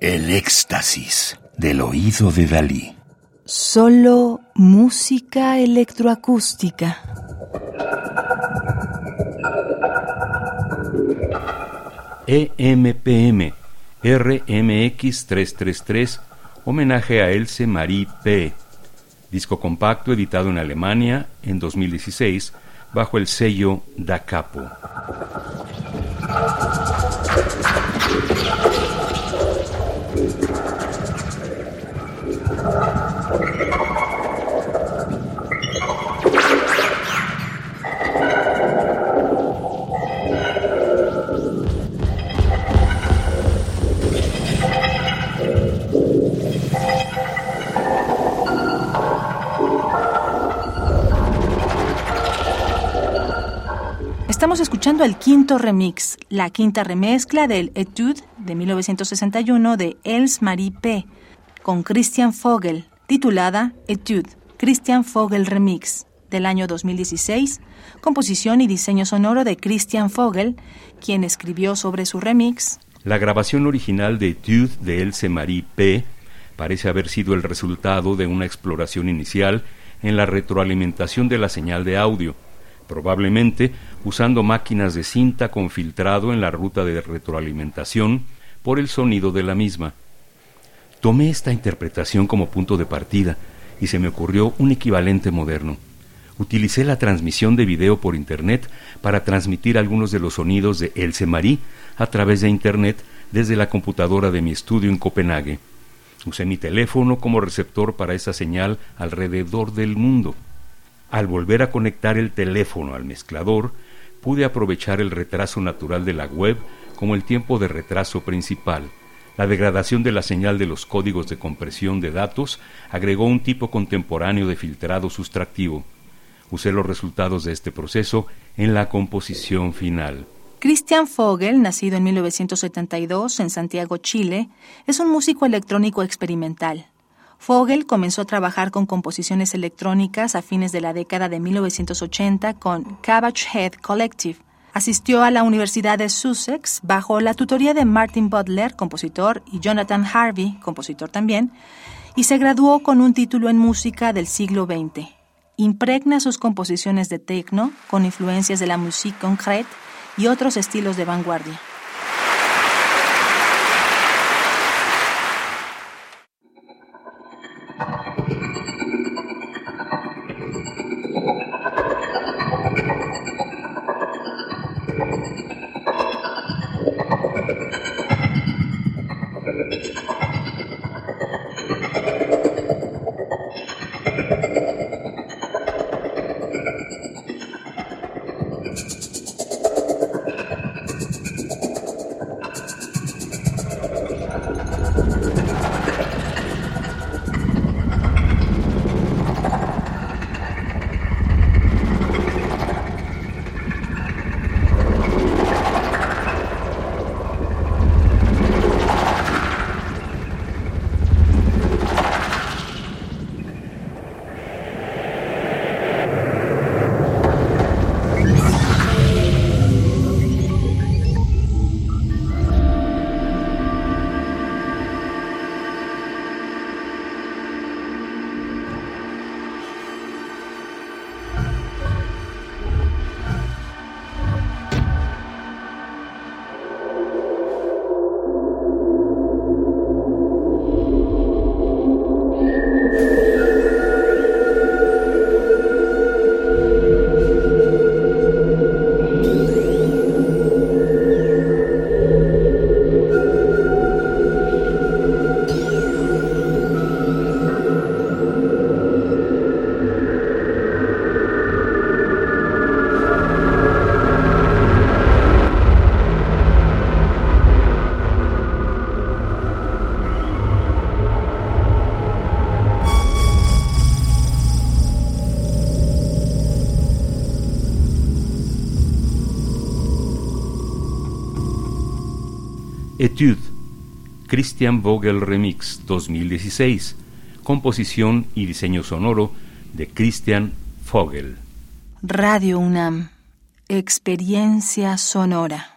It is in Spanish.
El éxtasis del oído de Dalí. Solo música electroacústica. EMPM RMX 333, homenaje a Else Marie P. Disco compacto editado en Alemania en 2016 bajo el sello Da Capo. Estamos escuchando el quinto remix, la quinta remezcla del Etude de 1961 de Else Marie P. con Christian Vogel, titulada Etude, Christian Vogel Remix, del año 2016, composición y diseño sonoro de Christian Vogel, quien escribió sobre su remix. La grabación original de Etude de Else Marie P. parece haber sido el resultado de una exploración inicial en la retroalimentación de la señal de audio, probablemente usando máquinas de cinta con filtrado en la ruta de retroalimentación por el sonido de la misma. Tomé esta interpretación como punto de partida y se me ocurrió un equivalente moderno. Utilicé la transmisión de video por Internet para transmitir algunos de los sonidos de Else Marie a través de Internet desde la computadora de mi estudio en Copenhague. Usé mi teléfono como receptor para esa señal alrededor del mundo. Al volver a conectar el teléfono al mezclador, pude aprovechar el retraso natural de la web como el tiempo de retraso principal. La degradación de la señal de los códigos de compresión de datos agregó un tipo contemporáneo de filtrado sustractivo. Usé los resultados de este proceso en la composición final. Christian Vogel, nacido en 1972 en Santiago, Chile, es un músico electrónico experimental. Vogel comenzó a trabajar con composiciones electrónicas a fines de la década de 1980 con Cabbage Head Collective. Asistió a la Universidad de Sussex bajo la tutoría de Martin Butler, compositor, y Jonathan Harvey, compositor también, y se graduó con un título en música del siglo XX. Impregna sus composiciones de techno con influencias de la musique concrète y otros estilos de vanguardia. Etude, Christian Vogel Remix 2016, composición y diseño sonoro de Christian Vogel. Radio UNAM, experiencia sonora.